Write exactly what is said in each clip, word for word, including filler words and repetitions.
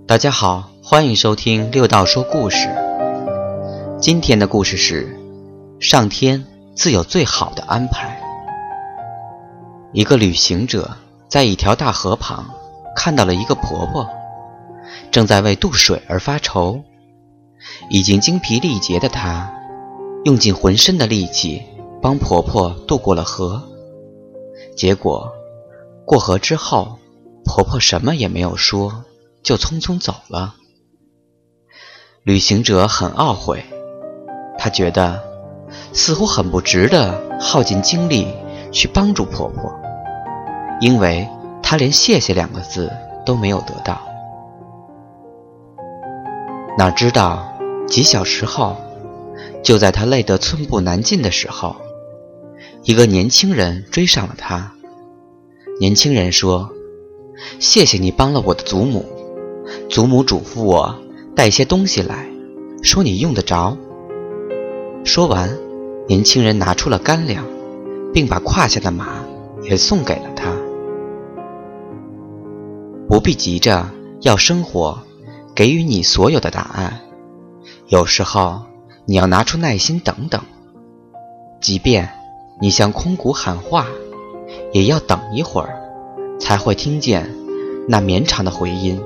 大家好，欢迎收听六道说故事。今天的故事是上天自有最好的安排。一个旅行者在一条大河旁看到了一个婆婆，正在为渡水而发愁。已经精疲力竭的她用尽浑身的力气帮婆婆渡过了河。结果过河之后，婆婆什么也没有说，就匆匆走了。旅行者很懊悔，他觉得似乎很不值得耗尽精力去帮助婆婆，因为他连谢谢两个字都没有得到。哪知道几小时后，就在他累得寸步难进的时候，一个年轻人追上了他。年轻人说：谢谢你帮了我的祖母，祖母嘱咐我带些东西来，说你用得着。说完，年轻人拿出了干粮，并把胯下的马也送给了他。不必急着要生活给予你所有的答案，有时候你要拿出耐心等等，即便你向空谷喊话，也要等一会儿才会听见那绵长的回音。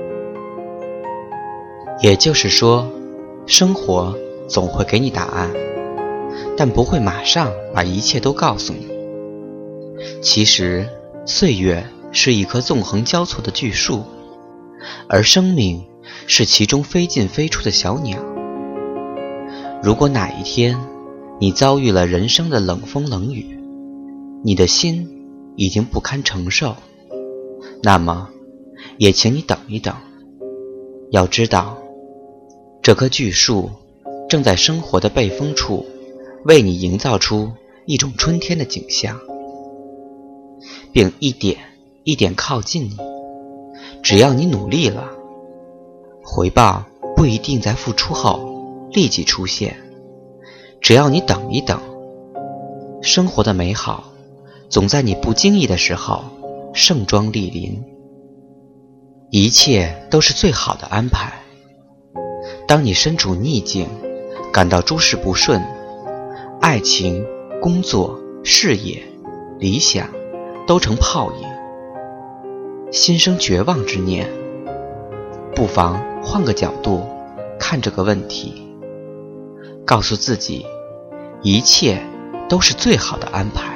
也就是说，生活总会给你答案，但不会马上把一切都告诉你。其实岁月是一棵纵横交错的巨树，而生命是其中飞进飞出的小鸟。如果哪一天你遭遇了人生的冷风冷雨，你的心已经不堪承受，那么也请你等一等。要知道，这棵巨树正在生活的背风处为你营造出一种春天的景象，并一点一点靠近你。只要你努力了，回报不一定在付出后立即出现，只要你等一等，生活的美好总在你不经意的时候盛装莅临。一切都是最好的安排。当你身处逆境，感到诸事不顺，爱情、工作、事业、理想都成泡影，心生绝望之念，不妨换个角度看这个问题，告诉自己，一切都是最好的安排。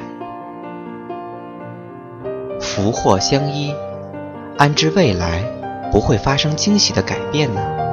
福祸相依，安知未来不会发生惊喜的改变呢？